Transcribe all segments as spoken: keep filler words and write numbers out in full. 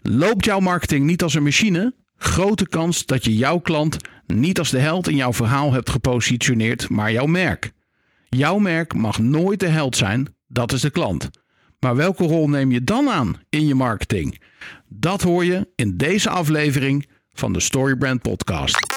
Loopt jouw marketing niet als een machine? Grote kans dat je jouw klant niet als de held in jouw verhaal hebt gepositioneerd, maar jouw merk. Jouw merk mag nooit de held zijn, dat is de klant. Maar welke rol neem je dan aan in je marketing? Dat hoor je in deze aflevering van de Storybrand Podcast.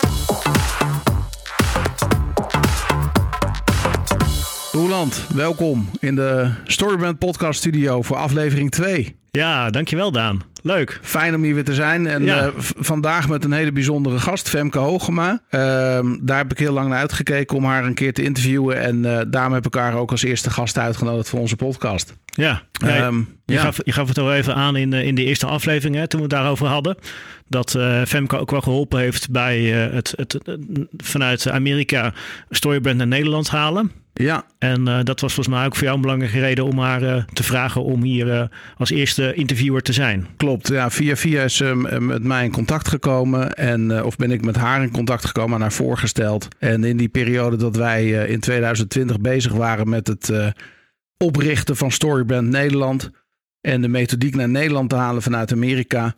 Roeland, welkom in de Storybrand Podcast studio voor aflevering twee. Ja, dankjewel Daan. Leuk. Fijn om hier weer te zijn. En ja. uh, v- vandaag met een hele bijzondere gast, Femke Hogema. Uh, daar heb ik heel lang naar uitgekeken om haar een keer te interviewen. En uh, daarom heb ik haar ook als eerste gast uitgenodigd voor onze podcast. Ja, ja um, je, ja. Gaf, je gaf het al even aan in, in de eerste aflevering, hè, toen we het daarover hadden. Dat uh, Femke ook wel geholpen heeft bij uh, het, het, het vanuit Amerika Storybrand naar Nederland halen. Ja. En uh, dat was volgens mij ook voor jou een belangrijke reden om haar uh, te vragen om hier uh, als eerste interviewer te zijn. Klopt, ja, via via is ze uh, met mij in contact gekomen en uh, of ben ik met haar in contact gekomen en haar voorgesteld. En in die periode dat wij uh, in twintig twintig bezig waren met het uh, oprichten van Storybrand Nederland en de methodiek naar Nederland te halen vanuit Amerika,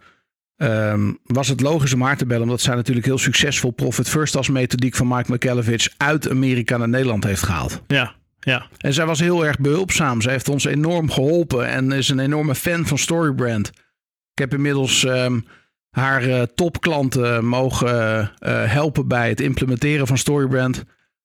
Um, was het logisch om haar te bellen, omdat zij natuurlijk heel succesvol Profit First als methodiek van Mike Michalowicz uit Amerika naar Nederland heeft gehaald. Ja, ja. En zij was heel erg behulpzaam. Zij heeft ons enorm geholpen en is een enorme fan van Storybrand. Ik heb inmiddels um, haar uh, topklanten mogen uh, uh, helpen bij het implementeren van Storybrand.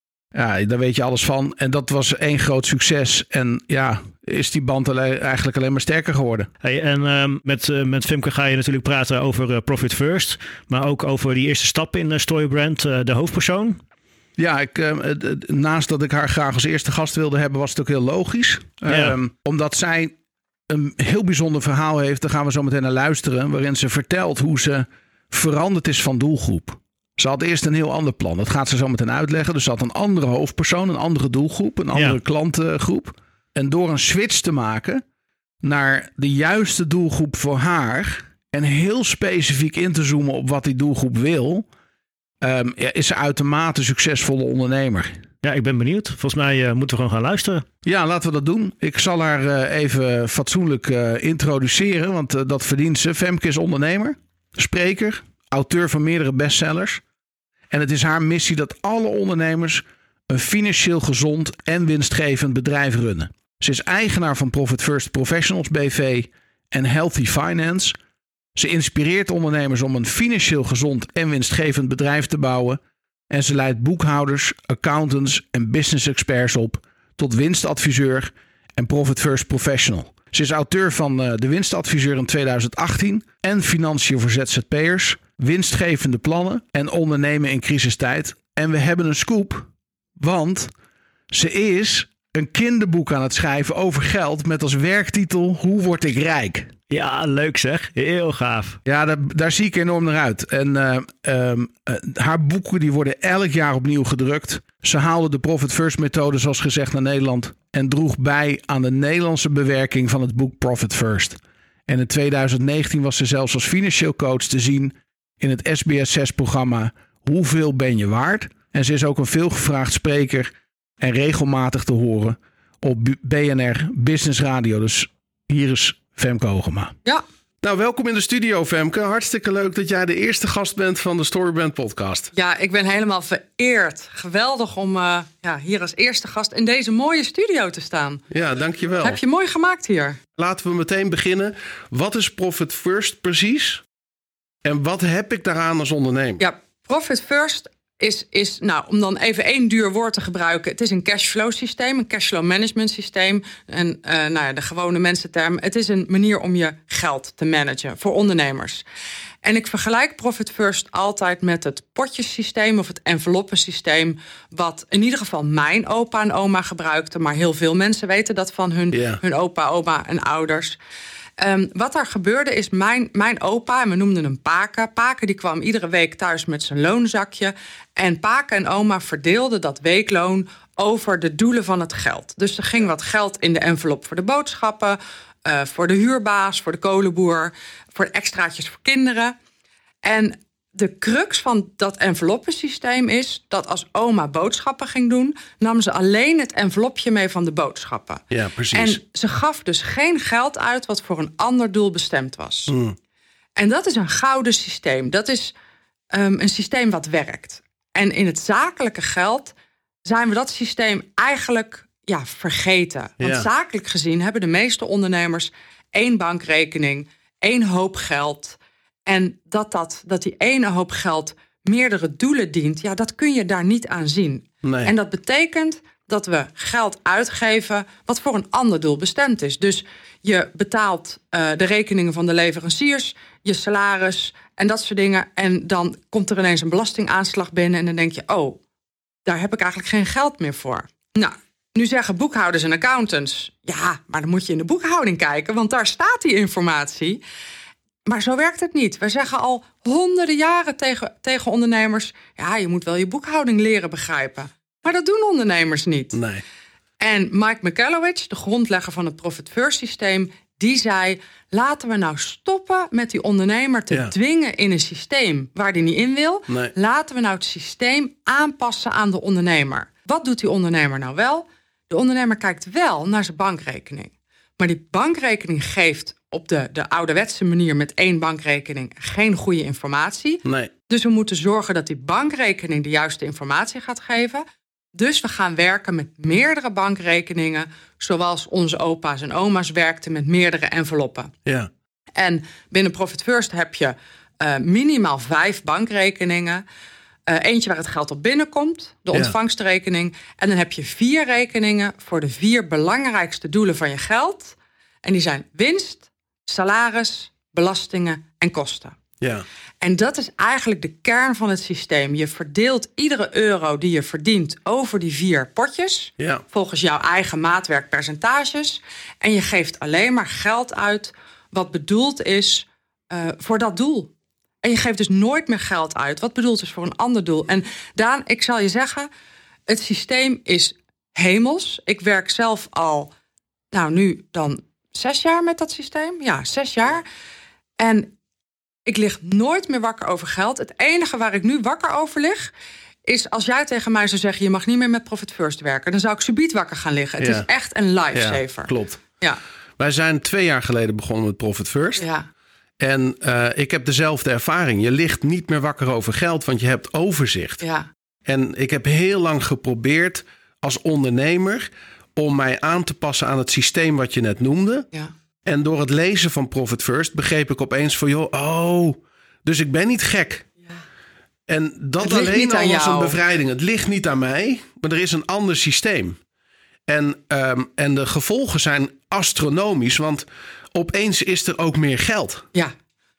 Ja, daar weet je alles van. En dat was één groot succes. En ja, is die band alleen, eigenlijk alleen maar sterker geworden. Hey, en uh, met, uh, met Femke ga je natuurlijk praten over uh, Profit First. Maar ook over die eerste stap in uh, Storybrand, uh, de hoofdpersoon. Ja, ik, uh, naast dat ik haar graag als eerste gast wilde hebben, was het ook heel logisch. Ja. Um, omdat zij een heel bijzonder verhaal heeft. Daar gaan we zo meteen naar luisteren. Waarin ze vertelt hoe ze veranderd is van doelgroep. Ze had eerst een heel ander plan. Dat gaat ze zo meteen uitleggen. Dus ze had een andere hoofdpersoon, een andere doelgroep, een andere ja. klantengroep. En door een switch te maken naar de juiste doelgroep voor haar en heel specifiek in te zoomen op wat die doelgroep wil, um, ja, is ze uitermate een succesvolle ondernemer. Ja, ik ben benieuwd. Volgens mij uh, moeten we gewoon gaan luisteren. Ja, laten we dat doen. Ik zal haar uh, even fatsoenlijk uh, introduceren, want uh, dat verdient ze. Femke is ondernemer, spreker, auteur van meerdere bestsellers. En het is haar missie dat alle ondernemers een financieel gezond en winstgevend bedrijf runnen. Ze is eigenaar van Profit First Professionals B V en Healthy Finance. Ze inspireert ondernemers om een financieel gezond en winstgevend bedrijf te bouwen. En ze leidt boekhouders, accountants en business experts op tot winstadviseur en Profit First Professional. Ze is auteur van uh, De Winstadviseur in twintig achttien en Financiën voor Z Z P'ers, winstgevende plannen en ondernemen in crisistijd. En we hebben een scoop, want ze is een kinderboek aan het schrijven over geld met als werktitel Hoe word ik rijk? Ja, leuk zeg. Heel gaaf. Ja, daar, daar zie ik enorm naar uit. En uh, um, uh, haar boeken die worden elk jaar opnieuw gedrukt. Ze haalde de Profit First methode zoals gezegd naar Nederland en droeg bij aan de Nederlandse bewerking van het boek Profit First. En in twintig negentien was ze zelfs als financieel coach te zien in het S B S zes programma Hoeveel ben je waard? En ze is ook een veelgevraagd spreker en regelmatig te horen op B N R Business Radio. Dus hier is Femke Hogema. Ja. Nou, welkom in de studio, Femke. Hartstikke leuk dat jij de eerste gast bent van de Storybrand podcast. Ja, ik ben helemaal vereerd. Geweldig om uh, ja, hier als eerste gast in deze mooie studio te staan. Ja, dankjewel. Heb je mooi gemaakt hier. Laten we meteen beginnen. Wat is Profit First precies? En wat heb ik daaraan als ondernemer? Ja, Profit First is, is nou, om dan even één duur woord te gebruiken. Het is een cashflow systeem, een cashflow management systeem. En uh, nou ja, de gewone mensenterm. Het is een manier om je geld te managen voor ondernemers. En ik vergelijk Profit First altijd met het potjesysteem of het enveloppensysteem, wat in ieder geval mijn opa en oma gebruikten, maar heel veel mensen weten dat van hun, yeah. hun opa, oma en ouders. Um, wat er gebeurde is, mijn, mijn opa, en we noemden hem Paken. Paken die kwam iedere week thuis met zijn loonzakje. En Paken en oma verdeelden dat weekloon over de doelen van het geld. Dus er ging wat geld in de envelop voor de boodschappen, uh, voor de huurbaas, voor de kolenboer, voor de extraatjes voor kinderen. En de crux van dat enveloppensysteem is dat als oma boodschappen ging doen, nam ze alleen het envelopje mee van de boodschappen. Ja, precies. En ze gaf dus geen geld uit wat voor een ander doel bestemd was. Mm. En dat is een gouden systeem. Dat is um, een systeem wat werkt. En in het zakelijke geld zijn we dat systeem eigenlijk ja, vergeten. Want ja. zakelijk gezien hebben de meeste ondernemers één bankrekening, één hoop geld. En dat, dat, dat die ene hoop geld meerdere doelen dient, ja, dat kun je daar niet aan zien. Nee. En dat betekent dat we geld uitgeven wat voor een ander doel bestemd is. Dus je betaalt uh, de rekeningen van de leveranciers, je salaris en dat soort dingen. En dan komt er ineens een belastingaanslag binnen en dan denk je, oh, daar heb ik eigenlijk geen geld meer voor. Nou, nu zeggen boekhouders en accountants, ja, maar dan moet je in de boekhouding kijken, want daar staat die informatie. Maar zo werkt het niet. Wij zeggen al honderden jaren tegen, tegen ondernemers, ja, je moet wel je boekhouding leren begrijpen. Maar dat doen ondernemers niet. Nee. En Mike Michalowicz, de grondlegger van het Profit First systeem, die zei, laten we nou stoppen met die ondernemer te ja. dwingen in een systeem waar die niet in wil. Nee. Laten we nou het systeem aanpassen aan de ondernemer. Wat doet die ondernemer nou wel? De ondernemer kijkt wel naar zijn bankrekening. Maar die bankrekening geeft op de, de ouderwetse manier met één bankrekening geen goede informatie. Nee. Dus we moeten zorgen dat die bankrekening de juiste informatie gaat geven. Dus we gaan werken met meerdere bankrekeningen, zoals onze opa's en oma's werkten met meerdere enveloppen. Ja. En binnen Profit First heb je uh, minimaal vijf bankrekeningen. Uh, eentje waar het geld op binnenkomt, de ontvangstrekening. Ja. En dan heb je vier rekeningen voor de vier belangrijkste doelen van je geld. En die zijn winst, salaris, belastingen en kosten. Ja. En dat is eigenlijk de kern van het systeem. Je verdeelt iedere euro die je verdient over die vier potjes. Ja. Volgens jouw eigen maatwerkpercentages. En je geeft alleen maar geld uit wat bedoeld is uh, voor dat doel. En je geeft dus nooit meer geld uit wat bedoeld is voor een ander doel. En Daan, ik zal je zeggen, het systeem is hemels. Ik werk zelf al, nou nu dan zes jaar met dat systeem. Ja, zes jaar. En ik lig nooit meer wakker over geld. Het enige waar ik nu wakker over lig is als jij tegen mij zou zeggen, je mag niet meer met Profit First werken, dan zou ik subiet wakker gaan liggen. Het ja. is echt een lifesaver. Ja, klopt. Ja. Wij zijn twee jaar geleden begonnen met Profit First. Ja. En uh, ik heb dezelfde ervaring. Je ligt niet meer wakker over geld, want je hebt overzicht. Ja. En ik heb heel lang geprobeerd als ondernemer om mij aan te passen aan het systeem wat je net noemde. Ja. En door het lezen van Profit First begreep ik opeens van, joh, oh, dus ik ben niet gek. Ja. En dat alleen al was een bevrijding. Het ligt niet aan mij, maar er is een ander systeem. En, um, en de gevolgen zijn astronomisch, want opeens is er ook meer geld. Ja.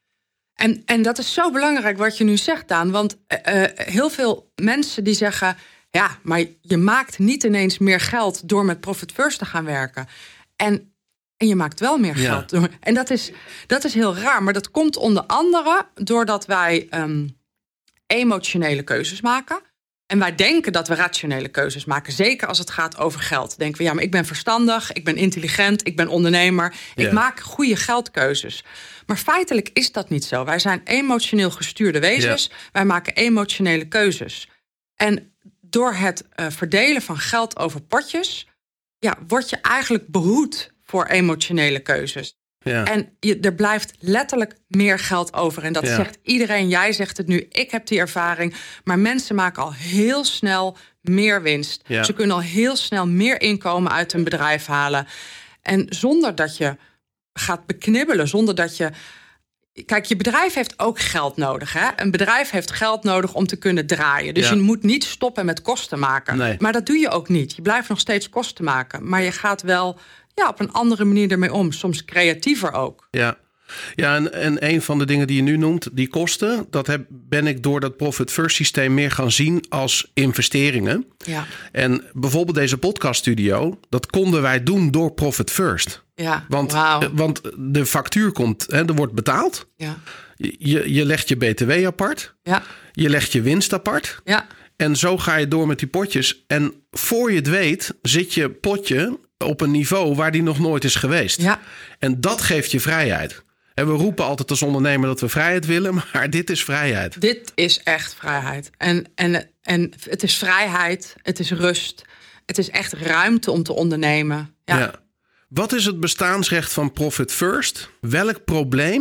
En, en dat is zo belangrijk wat je nu zegt, Daan. Want uh, heel veel mensen die zeggen, ja, maar je maakt niet ineens meer geld door met Profit First te gaan werken. En En je maakt wel meer geld. Ja. En dat is, dat is heel raar. Maar dat komt onder andere doordat wij um, emotionele keuzes maken. En wij denken dat we rationele keuzes maken. Zeker als het gaat over geld. Denken we, ja, maar ik ben verstandig, ik ben intelligent, ik ben ondernemer. Ik ja. maak goede geldkeuzes. Maar feitelijk is dat niet zo. Wij zijn emotioneel gestuurde wezens. Ja. Wij maken emotionele keuzes. En door het uh, verdelen van geld over potjes, ja, word je eigenlijk behoed voor emotionele keuzes. Ja. En je, er blijft letterlijk meer geld over. En dat ja. zegt iedereen. Jij zegt het nu, ik heb die ervaring. Maar mensen maken al heel snel meer winst. Ja. Ze kunnen al heel snel meer inkomen uit hun bedrijf halen. En zonder dat je gaat beknibbelen, zonder dat je... Kijk, je bedrijf heeft ook geld nodig. Hè? Een bedrijf heeft geld nodig om te kunnen draaien. Dus ja. je moet niet stoppen met kosten maken. Nee. Maar dat doe je ook niet. Je blijft nog steeds kosten maken. Maar je gaat wel ja, op een andere manier ermee om. Soms creatiever ook. Ja, ja en, en een van de dingen die je nu noemt, die kosten, dat heb, ben ik door dat Profit First systeem meer gaan zien als investeringen. Ja. En bijvoorbeeld deze podcaststudio, dat konden wij doen door Profit First. Ja, want, wow. want de factuur komt, hè, er wordt betaald. Ja. Je, je legt je B T W apart. Ja. Je legt je winst apart. Ja. En zo ga je door met die potjes. En voor je het weet, zit je potje op een niveau waar die nog nooit is geweest. Ja. En dat geeft je vrijheid. En we roepen altijd als ondernemer dat we vrijheid willen, maar dit is vrijheid. Dit is echt vrijheid. En, en, en het is vrijheid, het is rust. Het is echt ruimte om te ondernemen. Ja. Ja. Wat is het bestaansrecht van Profit First? Welk probleem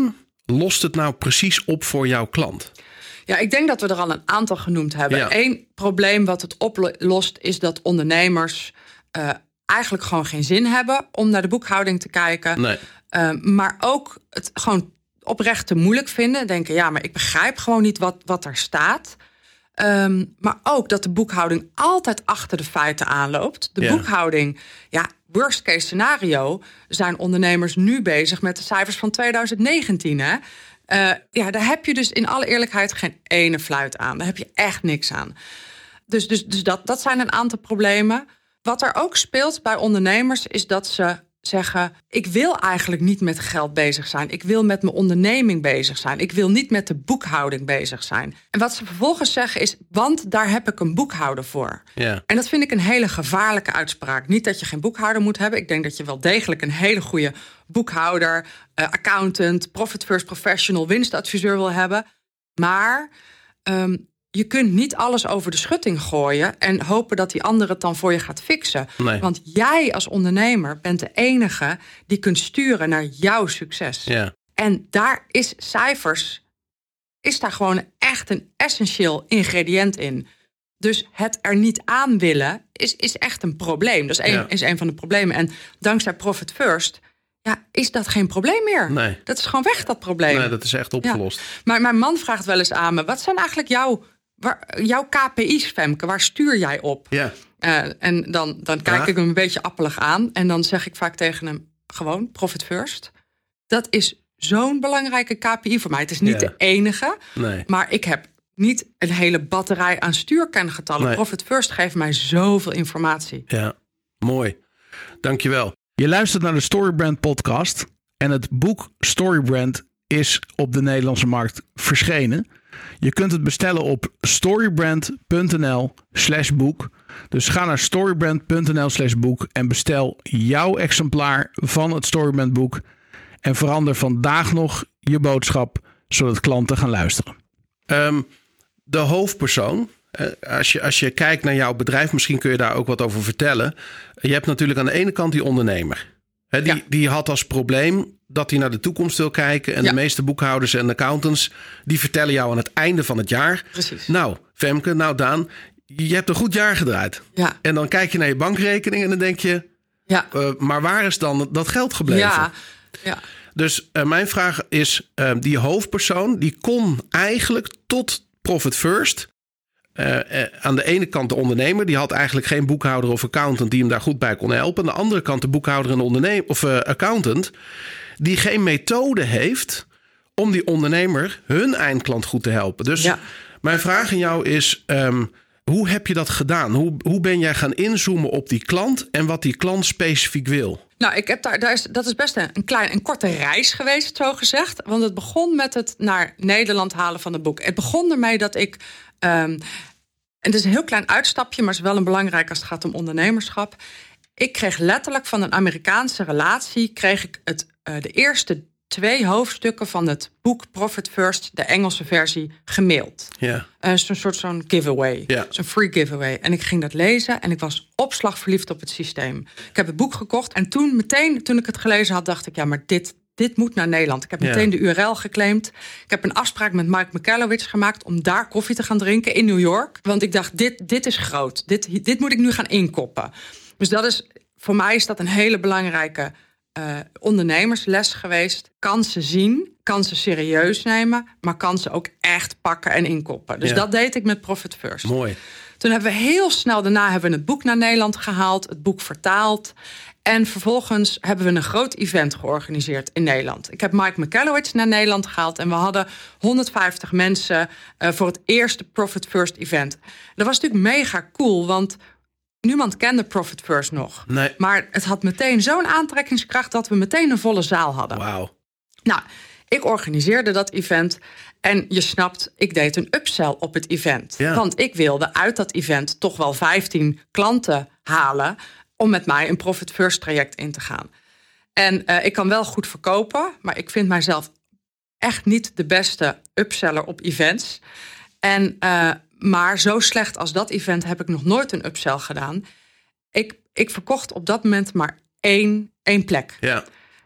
lost het nou precies op voor jouw klant? Ja, ik denk dat we er al een aantal genoemd hebben. Ja. Eén probleem wat het oplost is dat ondernemers uh, eigenlijk gewoon geen zin hebben om naar de boekhouding te kijken. Nee. Uh, maar ook het gewoon oprecht te moeilijk vinden. Denken, ja, maar ik begrijp gewoon niet wat, wat er staat. Um, maar ook dat de boekhouding altijd achter de feiten aanloopt. De Ja. boekhouding, ja, worst case scenario zijn ondernemers nu bezig met de cijfers van twintig negentien. Hè? Uh, ja, daar heb je dus in alle eerlijkheid geen ene fluit aan. Daar heb je echt niks aan. Dus, dus, dus dat, dat zijn een aantal problemen. Wat er ook speelt bij ondernemers is dat ze zeggen, ik wil eigenlijk niet met geld bezig zijn. Ik wil met mijn onderneming bezig zijn. Ik wil niet met de boekhouding bezig zijn. En wat ze vervolgens zeggen is, want daar heb ik een boekhouder voor. Ja. En dat vind ik een hele gevaarlijke uitspraak. Niet dat je geen boekhouder moet hebben. Ik denk dat je wel degelijk een hele goede boekhouder, uh, accountant, profit first professional, winstadviseur wil hebben. Maar um, je kunt niet alles over de schutting gooien en hopen dat die ander het dan voor je gaat fixen. Nee. Want jij als ondernemer bent de enige die kunt sturen naar jouw succes. Ja. En daar is cijfers, is daar gewoon echt een essentieel ingrediënt in. Dus het er niet aan willen is, is echt een probleem. Dat is een, Ja. is een van de problemen. En dankzij Profit First, ja, is dat geen probleem meer. Nee. Dat is gewoon weg, dat probleem. Nee, dat is echt opgelost. Ja. Maar mijn man vraagt wel eens aan me, wat zijn eigenlijk jouw, waar, jouw K P I's, Femke? Waar stuur jij op? Ja. Uh, en dan, dan kijk Ja. ik hem een beetje appelig aan. En dan zeg ik vaak tegen hem, gewoon, Profit First. Dat is zo'n belangrijke K P I voor mij. Het is niet Ja. de enige, Nee. maar ik heb niet een hele batterij aan stuurkengetallen. Nee. Profit First geeft mij zoveel informatie. Ja, mooi. Dankjewel. Je luistert naar de Storybrand podcast en het boek Storybrand is op de Nederlandse markt verschenen. Je kunt het bestellen op storybrand.nl slash boek. Dus ga naar storybrand.nl slash boek en bestel jouw exemplaar van het Storybrand boek. En verander vandaag nog je boodschap, zodat klanten gaan luisteren. Um, de hoofdpersoon, eh, als je, als je kijkt naar jouw bedrijf, misschien kun je daar ook wat over vertellen. Je hebt natuurlijk aan de ene kant die ondernemer. He, die, Ja. die had als probleem dat hij naar de toekomst wil kijken. En Ja. de meeste boekhouders en accountants, die vertellen jou aan het einde van het jaar. Precies. Nou, Femke, nou Daan, je hebt een goed jaar gedraaid. Ja, En dan kijk je naar je bankrekening en dan denk je, ja, uh, maar waar is dan dat geld gebleven? ja, ja. Dus uh, mijn vraag is, uh, die hoofdpersoon, die kon eigenlijk tot Profit First. Uh, uh, aan de ene kant de ondernemer, die had eigenlijk geen boekhouder of accountant die hem daar goed bij kon helpen. Aan de andere kant de boekhouder en ondernemer of uh, accountant, die geen methode heeft om die ondernemer hun eindklant goed te helpen. Dus Ja. mijn vraag aan jou is, um, hoe heb je dat gedaan? Hoe, hoe ben jij gaan inzoomen op die klant en wat die klant specifiek wil? Nou, ik heb daar, daar is, dat is best een, een klein, een korte reis geweest, zo gezegd. Want het begon met het naar Nederland halen van het boek. Het begon ermee dat ik, um, en het is een heel klein uitstapje, maar het is wel een belangrijk als het gaat om ondernemerschap. Ik kreeg letterlijk van een Amerikaanse relatie, kreeg ik het, uh, de eerste twee hoofdstukken van het boek Profit First, de Engelse versie, gemaild. Ja. Uh, zo'n soort zo'n giveaway, Ja. zo'n free giveaway. En ik ging dat lezen en ik was opslagverliefd op het systeem. Ik heb het boek gekocht en toen meteen, toen ik het gelezen had, dacht ik, ja, maar dit, dit moet naar Nederland. Ik heb Ja. meteen de U R L geclaimd. Ik heb een afspraak met Mike Michalowicz gemaakt om daar koffie te gaan drinken in New York. Want ik dacht, dit, dit is groot. Dit, dit moet ik nu gaan inkoppen. Dus dat is, voor mij is dat een hele belangrijke Uh, ondernemersles geweest. Kansen zien, kansen serieus nemen, maar kansen ook echt pakken en inkoppen. Dus Ja. dat deed ik met Profit First. Mooi. Toen hebben we heel snel daarna hebben we het boek naar Nederland gehaald, het boek vertaald. En vervolgens hebben we een groot event georganiseerd in Nederland. Ik heb Mike Michalowicz naar Nederland gehaald en we hadden honderdvijftig mensen uh, voor het eerste Profit First event. Dat was natuurlijk mega cool, want niemand kende Profit First nog. Nee. Maar het had meteen zo'n aantrekkingskracht dat we meteen een volle zaal hadden. Wauw. Nou, ik organiseerde dat event en je snapt, ik deed een upsell op het event. Ja. Want ik wilde uit dat event toch wel vijftien klanten halen om met mij een Profit First traject in te gaan. En uh, ik kan wel goed verkopen, maar ik vind mijzelf echt niet de beste upseller op events. En uh, Maar zo slecht als dat event heb ik nog nooit een upsell gedaan. Ik, ik verkocht op dat moment maar één, één plek. Ja.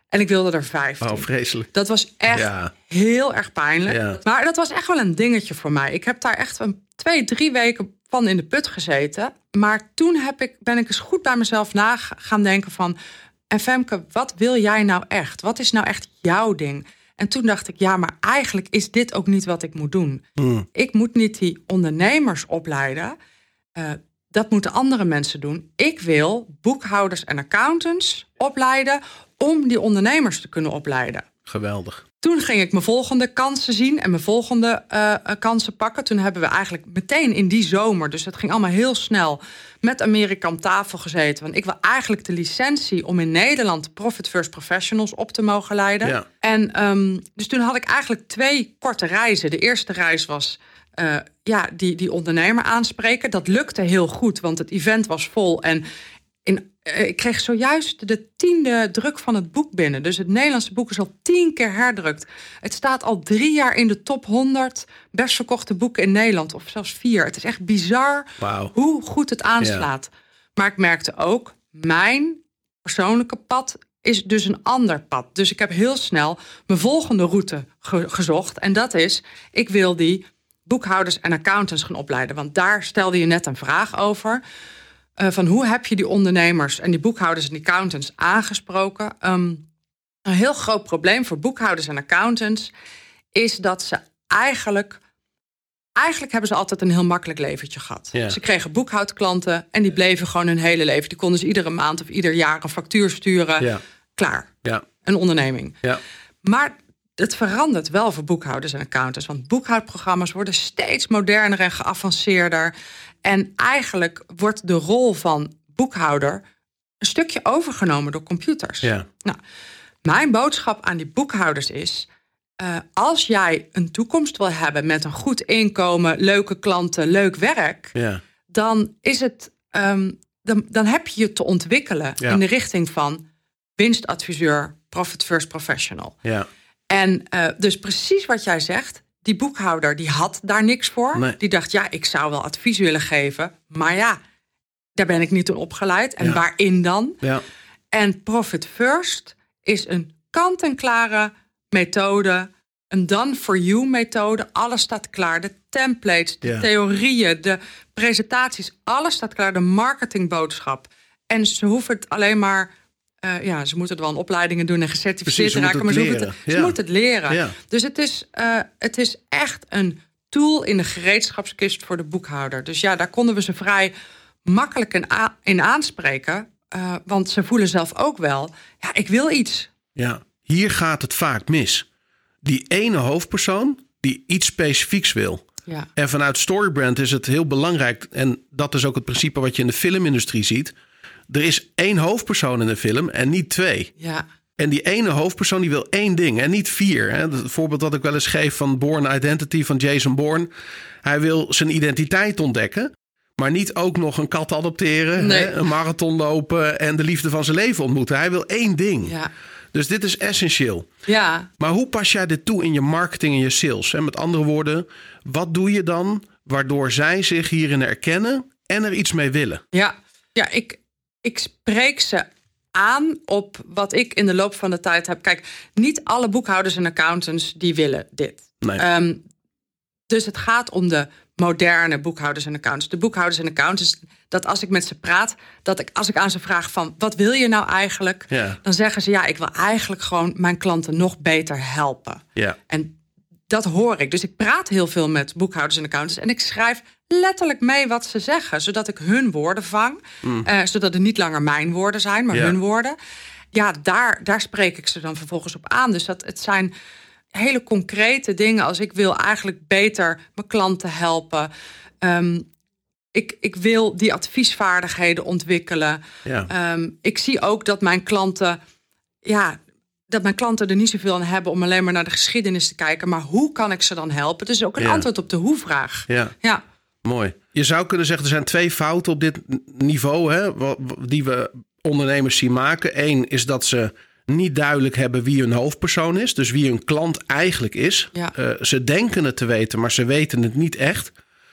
En ik wilde er vijftien. Oh, vreselijk. Dat was echt ja. heel erg pijnlijk. Ja. Maar dat was echt wel een dingetje voor mij. Ik heb daar echt een twee, drie weken van in de put gezeten. Maar toen heb ik, ben ik eens goed bij mezelf na gaan denken van... En Femke, wat wil jij nou echt? Wat is nou echt jouw ding? En toen dacht ik, ja, maar eigenlijk is dit ook niet wat ik moet doen. Mm. Ik moet niet die ondernemers opleiden. Uh, dat moeten andere mensen doen. Ik wil boekhouders en accountants opleiden om die ondernemers te kunnen opleiden. Geweldig. Toen ging ik mijn volgende kansen zien en mijn volgende uh, kansen pakken. Toen hebben we eigenlijk meteen in die zomer, dus het ging allemaal heel snel, met Amerika om tafel gezeten. Want ik wil eigenlijk de licentie om in Nederland Profit First Professionals op te mogen leiden. Ja. En um, dus toen had ik eigenlijk twee korte reizen. De eerste reis was uh, ja, die, die ondernemer aanspreken. Dat lukte heel goed, want het event was vol en in Ik kreeg zojuist de tiende druk van het boek binnen. Dus het Nederlandse boek is al tien keer herdrukt. Het staat al drie jaar in de top honderd best verkochte boeken in Nederland. Of zelfs vier. Het is echt bizar wow. hoe goed het aanslaat. Ja. Maar ik merkte ook, mijn persoonlijke pad is dus een ander pad. Dus ik heb heel snel mijn volgende route ge- gezocht. En dat is, ik wil die boekhouders en accountants gaan opleiden. Want daar stelde je net een vraag over. Uh, van hoe heb je die ondernemers en die boekhouders en die accountants aangesproken? Um, een heel groot probleem voor boekhouders en accountants is dat ze eigenlijk... Eigenlijk hebben ze altijd een heel makkelijk leventje gehad. Ja. Ze kregen boekhoudklanten en die bleven gewoon hun hele leven. Die konden ze iedere maand of ieder jaar een factuur sturen. Ja. Klaar. Ja. Een onderneming. Ja. Maar het verandert wel voor boekhouders en accountants. Want boekhoudprogramma's worden steeds moderner en geavanceerder. En eigenlijk wordt de rol van boekhouder een stukje overgenomen door computers. Ja. Nou, mijn boodschap aan die boekhouders is, Uh, als jij een toekomst wil hebben met een goed inkomen, leuke klanten, leuk werk, ja. dan is het, um, dan, dan heb je je te ontwikkelen ja. in de richting van winstadviseur, Profit First Professional. Ja. En uh, dus precies wat jij zegt, die boekhouder die had daar niks voor. Nee. Die dacht, ja, ik zou wel advies willen geven, maar ja, daar ben ik niet toe opgeleid. En ja. waarin dan? Ja. En Profit First is een kant-en-klare methode, een done-for-you methode. Alles staat klaar. De templates, de ja. theorieën, de presentaties. Alles staat klaar. De marketingboodschap. En ze hoeven het alleen maar... Uh, ja, ze moeten er wel een opleidingen doen en gecertificeerd Precies, raken. Maar ze, moeten het, ze ja. moeten het leren. Ja. Dus het is, uh, het is echt een tool in de gereedschapskist voor de boekhouder. Dus ja, daar konden we ze vrij makkelijk in, a- in aanspreken. Uh, want ze voelen zelf ook wel, ja, ik wil iets. Ja. Hier gaat het vaak mis. Die ene hoofdpersoon die iets specifieks wil. Ja. En vanuit Storybrand is het heel belangrijk. En dat is ook het principe wat je in de filmindustrie ziet. Er is één hoofdpersoon in de film en niet twee. Ja. En die ene hoofdpersoon die wil één ding en niet vier. Het voorbeeld dat ik wel eens geef van Bourne Identity van Jason Bourne. Hij wil zijn identiteit ontdekken. Maar niet ook nog een kat adopteren. Nee. Hè, een marathon lopen en de liefde van zijn leven ontmoeten. Hij wil één ding. Ja. Dus dit is essentieel. Ja. Maar hoe pas jij dit toe in je marketing en je sales? En met andere woorden, wat doe je dan waardoor zij zich hierin herkennen en er iets mee willen? Ja, ja ik, ik spreek ze aan op wat ik in de loop van de tijd heb. Kijk, niet alle boekhouders en accountants die willen dit. Nee. Um, dus het gaat om de moderne boekhouders en accountants. De boekhouders en accountants, dat als ik met ze praat, dat ik als ik aan ze vraag van, wat wil je nou eigenlijk? Ja. Dan zeggen ze, ja, ik wil eigenlijk gewoon mijn klanten nog beter helpen. Ja. En dat hoor ik. Dus ik praat heel veel met boekhouders en accountants en ik schrijf letterlijk mee wat ze zeggen, zodat ik hun woorden vang. Mm. Uh, zodat het niet langer mijn woorden zijn, maar ja. hun woorden. Ja, daar, daar spreek ik ze dan vervolgens op aan. Dus dat het zijn hele concrete dingen als ik wil eigenlijk beter mijn klanten helpen. Um, ik, ik wil die adviesvaardigheden ontwikkelen. Ja. Um, ik zie ook dat mijn klanten, ja, dat mijn klanten er niet zoveel aan hebben om alleen maar naar de geschiedenis te kijken. Maar hoe kan ik ze dan helpen? Dus ook een ja. antwoord op de hoe-vraag. Ja. ja. Mooi. Je zou kunnen zeggen, er zijn twee fouten op dit niveau, hè, die we ondernemers zien maken. Eén is dat ze niet duidelijk hebben wie hun hoofdpersoon is. Dus wie hun klant eigenlijk is. Ja. Uh, ze denken het te weten, maar ze weten het niet echt.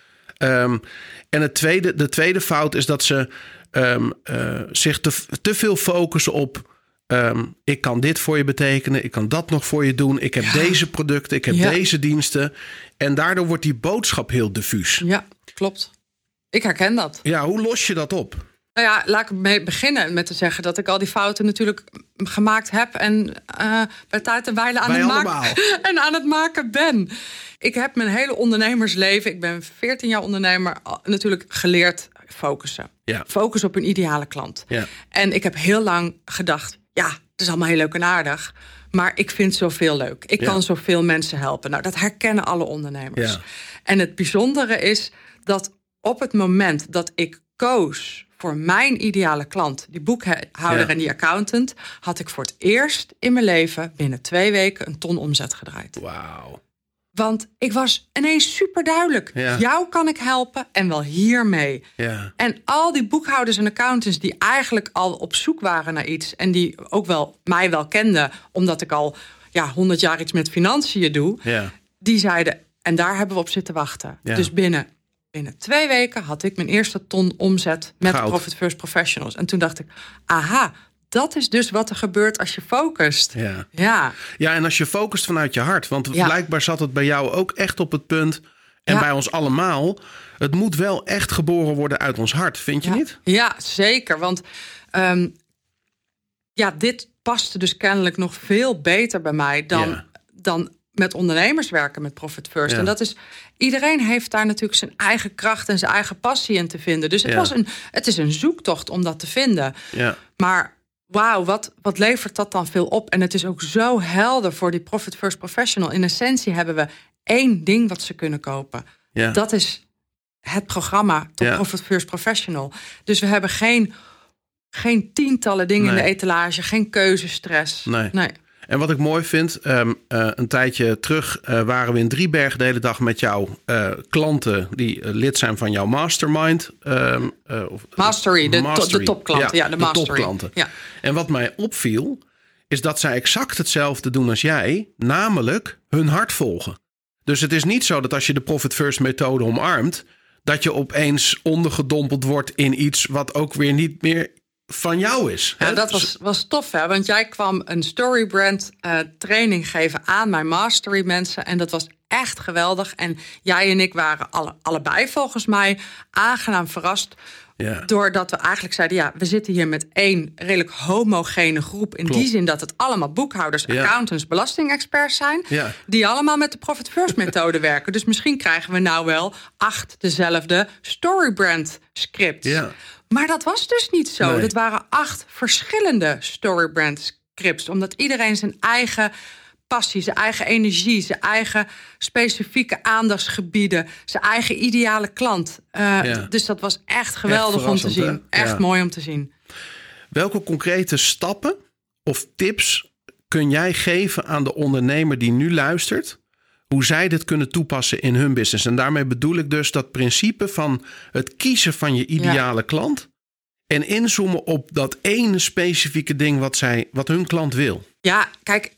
Um, en het tweede, de tweede fout is dat ze um, uh, zich te, te veel focussen op Um, ik kan dit voor je betekenen. Ik kan dat nog voor je doen. Ik heb ja. deze producten. Ik heb ja. deze diensten. En daardoor wordt die boodschap heel diffuus. Ja, klopt. Ik herken dat. Ja, hoe los je dat op? Nou ja, laat ik mee beginnen met te zeggen dat ik al die fouten natuurlijk gemaakt heb. En uh, bij tijd en wijle aan, het maken, en aan het maken ben. Ik heb mijn hele ondernemersleven, ik ben veertien jaar ondernemer, natuurlijk geleerd focussen. Ja. Focus op een ideale klant. Ja. En ik heb heel lang gedacht, ja, het is allemaal heel leuk en aardig. Maar ik vind zoveel leuk. Ik ja. kan zoveel mensen helpen. Nou, dat herkennen alle ondernemers. Ja. En het bijzondere is dat op het moment dat ik koos voor mijn ideale klant, die boekhouder ja. en die accountant, had ik voor het eerst in mijn leven binnen twee weken een ton omzet gedraaid. Wauw. Want ik was ineens super duidelijk. Ja. Jou kan ik helpen en wel hiermee. Ja. En al die boekhouders en accountants die eigenlijk al op zoek waren naar iets en die ook wel mij wel kenden, omdat ik al ja, honderd jaar iets met financiën doe, ja. die zeiden, en daar hebben we op zitten wachten. Ja. Dus binnen, binnen twee weken had ik mijn eerste ton omzet met Goud. Profit First Professionals. En toen dacht ik, aha, dat is dus wat er gebeurt als je focust. Ja, ja. ja en als je focust vanuit je hart. Want ja. blijkbaar zat het bij jou ook echt op het punt. En ja. bij ons allemaal. Het moet wel echt geboren worden uit ons hart. Vind je ja. niet? Ja, zeker. Want um, ja, dit paste dus kennelijk nog veel beter bij mij dan, ja. dan met ondernemers werken met Profit First. Ja. En dat is, iedereen heeft daar natuurlijk zijn eigen kracht en zijn eigen passie in te vinden. Dus het, ja. was een, het is een zoektocht om dat te vinden. Ja. Maar wauw, wat, wat levert dat dan veel op? En het is ook zo helder voor die Profit First Professional. In essentie hebben we één ding wat ze kunnen kopen. Ja. Dat is het programma tot ja. Profit First Professional. Dus we hebben geen, geen tientallen dingen nee. in de etalage, geen keuzestress. Nee. nee. En wat ik mooi vind, um, uh, een tijdje terug uh, waren we in Driebergen de hele dag met jouw uh, klanten die uh, lid zijn van jouw mastermind. Um, uh, of, Mastery, de, mastery. To, de topklanten. Ja, ja, de, de mastery. topklanten. Ja. En wat mij opviel, is dat zij exact hetzelfde doen als jij, namelijk hun hart volgen. Dus het is niet zo dat als je de Profit First methode omarmt, dat je opeens ondergedompeld wordt in iets wat ook weer niet meer van jou is. Ja, hè? dat was, was tof, hè? Want jij kwam een storybrand uh, training geven aan mijn mastery mensen. En dat was echt geweldig. En jij en ik waren alle, allebei volgens mij aangenaam verrast. Ja. Doordat we eigenlijk zeiden, ja, we zitten hier met één redelijk homogene groep. In Klopt. die zin dat het allemaal boekhouders, Ja. accountants, belastingexperts zijn. Ja. Die allemaal met de Profit First methode werken. Dus misschien krijgen we nou wel acht dezelfde storybrand scripts. Ja. Maar dat was dus niet zo. Nee. Dat waren acht verschillende storybrand scripts. Omdat iedereen zijn eigen passie, zijn eigen energie, zijn eigen specifieke aandachtsgebieden, zijn eigen ideale klant. Uh, Ja. Dus dat was echt geweldig Echt om te zien. hè? Echt Ja. mooi om te zien. Welke concrete stappen of tips kun jij geven aan de ondernemer die nu luistert, hoe zij dit kunnen toepassen in hun business? En daarmee bedoel ik dus dat principe van het kiezen van je ideale ja. klant en inzoomen op dat ene specifieke ding wat, zij, wat hun klant wil. Ja, kijk,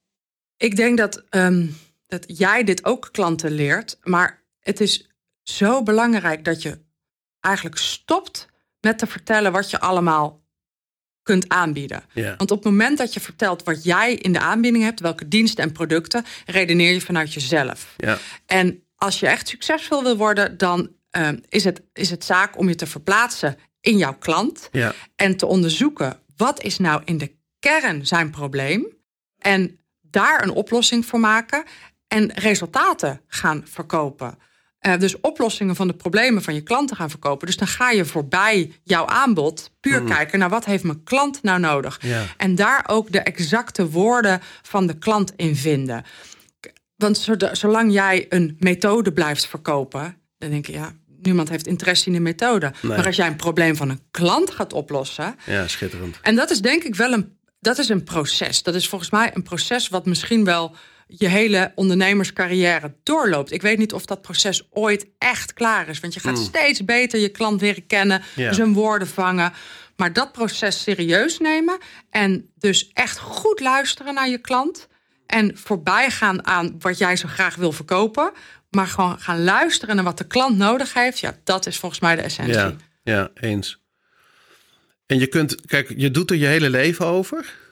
ik denk dat, um, dat jij dit ook klanten leert, maar het is zo belangrijk dat je eigenlijk stopt met te vertellen wat je allemaal kunt aanbieden. Ja. Want op het moment dat je vertelt wat jij in de aanbieding hebt, welke diensten en producten, redeneer je vanuit jezelf. Ja. En als je echt succesvol wil worden, dan uh, is, het, is het zaak om je te verplaatsen in jouw klant. Ja. En te onderzoeken, wat is nou in de kern zijn probleem? En daar een oplossing voor maken en resultaten gaan verkopen. Uh, dus oplossingen van de problemen van je klanten gaan verkopen. Dus dan ga je voorbij jouw aanbod puur mm. kijken naar wat heeft mijn klant nou nodig. Ja. En daar ook de exacte woorden van de klant in vinden. Want zolang jij een methode blijft verkopen, dan denk je, ja, niemand heeft interesse in de methode. Nee. Maar als jij een probleem van een klant gaat oplossen. Ja, schitterend. En dat is denk ik wel een, dat is een proces. Dat is volgens mij een proces wat misschien wel je hele ondernemerscarrière doorloopt. Ik weet niet of dat proces ooit echt klaar is. Want je gaat mm. steeds beter je klant leren kennen, ja. zijn woorden vangen. Maar dat proces serieus nemen en dus echt goed luisteren naar je klant en voorbij gaan aan wat jij zo graag wil verkopen, maar gewoon gaan luisteren naar wat de klant nodig heeft. Ja, dat is volgens mij de essentie. Ja, ja, eens. En je kunt, kijk, je doet er je hele leven over.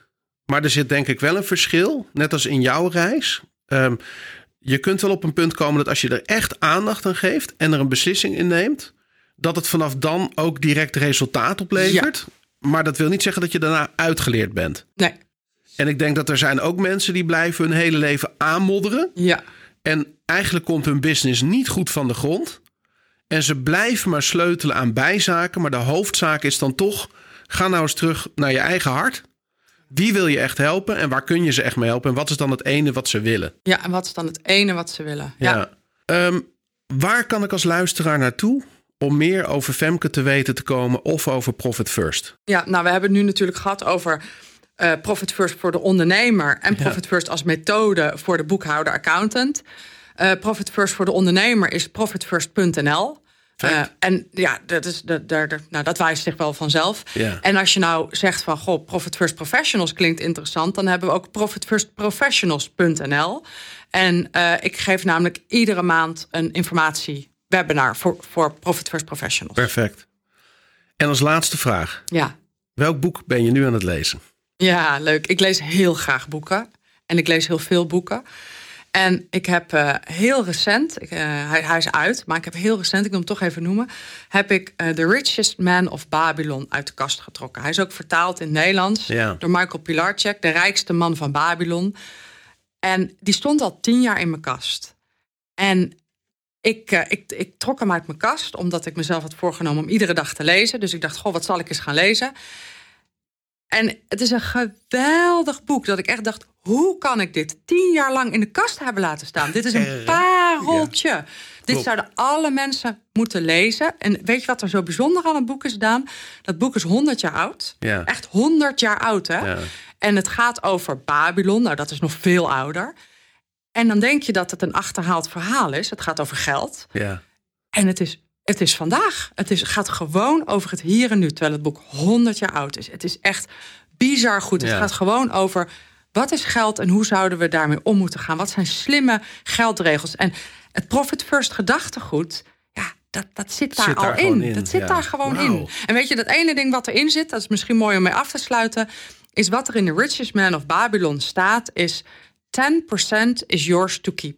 Maar er zit denk ik wel een verschil, net als in jouw reis. Um, je kunt wel op een punt komen dat als je er echt aandacht aan geeft en er een beslissing in neemt, dat het vanaf dan ook direct resultaat oplevert. Ja. Maar dat wil niet zeggen dat je daarna uitgeleerd bent. Nee. En ik denk dat er zijn ook mensen die blijven hun hele leven aanmodderen. Ja. En eigenlijk komt hun business niet goed van de grond. En ze blijven maar sleutelen aan bijzaken. Maar de hoofdzaak is dan toch, ga nou eens terug naar je eigen hart. Wie wil je echt helpen en waar kun je ze echt mee helpen? En wat is dan het ene wat ze willen? Ja, en wat is dan het ene wat ze willen? Ja. ja. Um, waar kan ik als luisteraar naartoe om meer over Femke te weten te komen of over Profit First? Ja, nou we hebben het nu natuurlijk gehad over uh, Profit First voor de ondernemer en Profit ja. First als methode voor de boekhouder-accountant. Uh, Profit First voor de ondernemer is profit first punt n l. Uh, en ja, dat, is, dat, dat, nou, dat wijst zich wel vanzelf. Ja. En als je nou zegt van, goh, Profit First Professionals klinkt interessant, dan hebben we ook profit first professionals punt n l. En uh, ik geef namelijk iedere maand een informatiewebinar voor, voor Profit First Professionals. Perfect. En als laatste vraag. Ja. Welk boek ben je nu aan het lezen? Ja, leuk. Ik lees heel graag boeken. En ik lees heel veel boeken. En ik heb uh, heel recent, ik, uh, hij, hij is uit, maar ik heb heel recent, ik wil hem toch even noemen, heb ik uh, The Richest Man of Babylon uit de kast getrokken. Hij is ook vertaald in het Nederlands ja. door Michael Pilarczyk, de rijkste man van Babylon. En die stond al tien jaar in mijn kast. En ik, uh, ik, ik trok hem uit mijn kast, omdat ik mezelf had voorgenomen om iedere dag te lezen. Dus ik dacht, goh, wat zal ik eens gaan lezen? En het is een geweldig boek dat ik echt dacht, hoe kan ik dit tien jaar lang in de kast hebben laten staan? Dit is een pareltje. Ja, dit zouden alle mensen moeten lezen. En weet je wat er zo bijzonder aan het boek is, Daan? Dat boek is honderd jaar oud. Ja. Echt honderd jaar oud, hè? Ja. En het gaat over Babylon. Nou, dat is nog veel ouder. En dan denk je dat het een achterhaald verhaal is. Het gaat over geld. Ja. En het is, het is vandaag. Het is, gaat gewoon over het hier en nu, terwijl het boek honderd jaar oud is. Het is echt bizar goed. Het ja. gaat gewoon over, wat is geld en hoe zouden we daarmee om moeten gaan? Wat zijn slimme geldregels? En het Profit First gedachtegoed, ja, dat, dat zit daar zit al daar in. in. Dat zit ja. daar gewoon wow. in. En weet je, dat ene ding wat erin zit, dat is misschien mooi om mee af te sluiten, is wat er in The Richest Man of Babylon staat, is ten percent is yours to keep.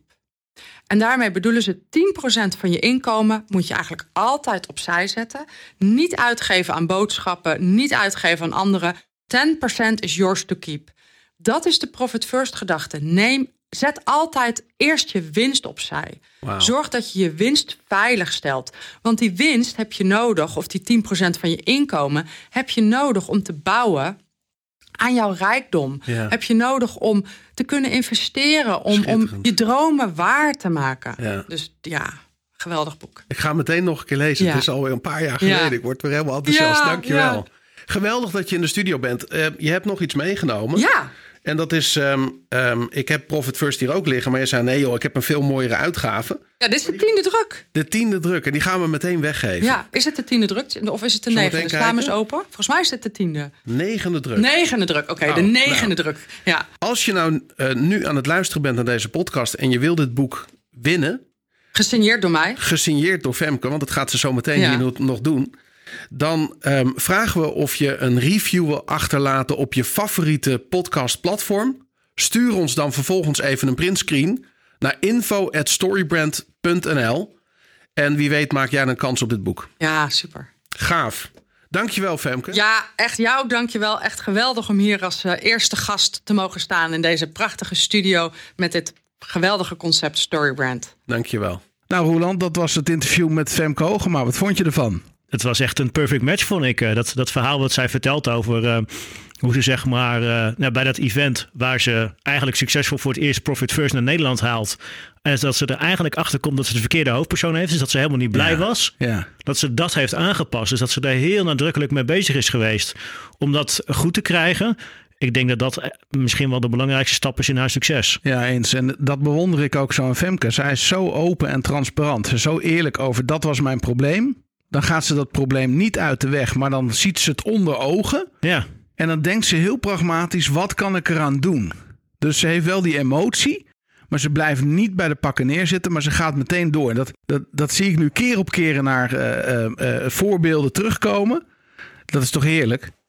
En daarmee bedoelen ze tien procent van je inkomen moet je eigenlijk altijd opzij zetten. Niet uitgeven aan boodschappen, niet uitgeven aan anderen. ten percent is yours to keep. Dat is de Profit First gedachte. Neem, zet altijd eerst je winst opzij. Wow. Zorg dat je je winst veilig stelt. Want die winst heb je nodig, of die tien procent van je inkomen, heb je nodig om te bouwen aan jouw rijkdom. Ja. Heb je nodig om te kunnen investeren, om, om je dromen waar te maken. Ja. Dus ja, geweldig boek. Ik ga meteen nog een keer lezen. Ja. Het is alweer een paar jaar geleden. Ja. Ik word weer helemaal enthousiast. Ja, Dank je wel. ja. Geweldig dat je in de studio bent. Uh, je hebt nog iets meegenomen. Ja. En dat is, um, um, ik heb Profit First hier ook liggen. Maar je zei, nee joh, ik heb een veel mooiere uitgave. Ja, dit is de tiende druk. De tiende druk. En die gaan we meteen weggeven. Ja, is het de tiende druk? Of is het de negende? De staan is open. Volgens mij is het de tiende. Negende druk. Negende druk, oké. Okay, oh, de negende nou. druk. Ja. Als je nou uh, nu aan het luisteren bent naar deze podcast en je wil dit boek winnen. Gesigneerd door mij. Gesigneerd door Femke, want dat gaat ze zo meteen ja. hier nog doen. Dan um, vragen we of je een review wil achterlaten op je favoriete podcastplatform. Stuur ons dan vervolgens even een printscreen naar info at storybrand punt n l. En wie weet maak jij een kans op dit boek. Ja, super. Gaaf. Dankjewel, Femke. Ja, echt jou ook dankjewel. Echt geweldig om hier als uh, eerste gast te mogen staan in deze prachtige studio met dit geweldige concept Storybrand. Dankjewel. Nou, Roeland, dat was het interview met Femke Hogema. Wat vond je ervan? Het was echt een perfect match, vond ik. Dat, dat verhaal wat zij vertelt over uh, hoe ze zeg maar uh, nou, bij dat event waar ze eigenlijk succesvol voor het eerst Profit First naar Nederland haalt. En dat ze er eigenlijk achter komt dat ze de verkeerde hoofdpersoon heeft. Dus dat ze helemaal niet blij ja, was. Ja. Dat ze dat heeft aangepast. Dus dat ze daar heel nadrukkelijk mee bezig is geweest om dat goed te krijgen. Ik denk dat dat misschien wel de belangrijkste stap is in haar succes. Ja, eens. En dat bewonder ik ook zo aan Femke. Zij is zo open en transparant. Ze is zo eerlijk over dat was mijn probleem. Dan gaat ze dat probleem niet uit de weg, maar dan ziet ze het onder ogen. Ja. En dan denkt ze heel pragmatisch, wat kan ik eraan doen? Dus ze heeft wel die emotie, maar ze blijft niet bij de pakken neerzitten, maar ze gaat meteen door. En dat, dat, dat zie ik nu keer op keer naar uh, uh, uh, voorbeelden terugkomen. Dat is toch heerlijk?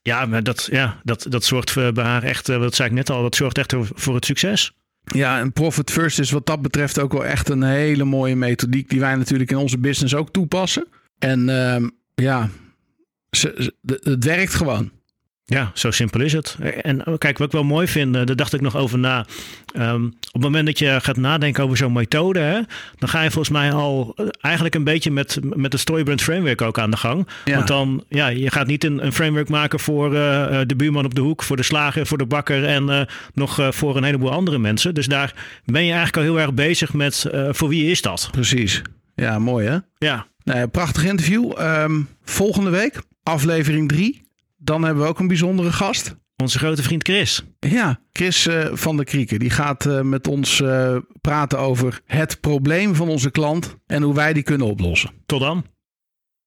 Ja, maar dat, ja, dat, dat zorgt bij haar echt, dat zei ik net al, dat zorgt echt voor het succes. Ja, en Profit First is wat dat betreft ook wel echt een hele mooie methodiek die wij natuurlijk in onze business ook toepassen. En uh, ja, ze, ze, het werkt gewoon. Ja, zo simpel is het. En kijk, wat ik wel mooi vind, daar dacht ik nog over na. Um, op het moment dat je gaat nadenken over zo'n methode, hè, dan ga je volgens mij al eigenlijk een beetje met, met de Storybrand Framework ook aan de gang. Ja. Want dan, ja, je gaat niet een, een framework maken voor uh, de buurman op de hoek, voor de slager, voor de bakker en uh, nog uh, voor een heleboel andere mensen. Dus daar ben je eigenlijk al heel erg bezig met uh, voor wie is dat? Precies. Ja, mooi hè? Ja. Nou, prachtig interview. Um, volgende week, aflevering drie. Dan hebben we ook een bijzondere gast. Onze grote vriend Chris. Ja, Chris uh, van der Krieken. Die gaat uh, met ons uh, praten over het probleem van onze klant en hoe wij die kunnen oplossen. Tot dan.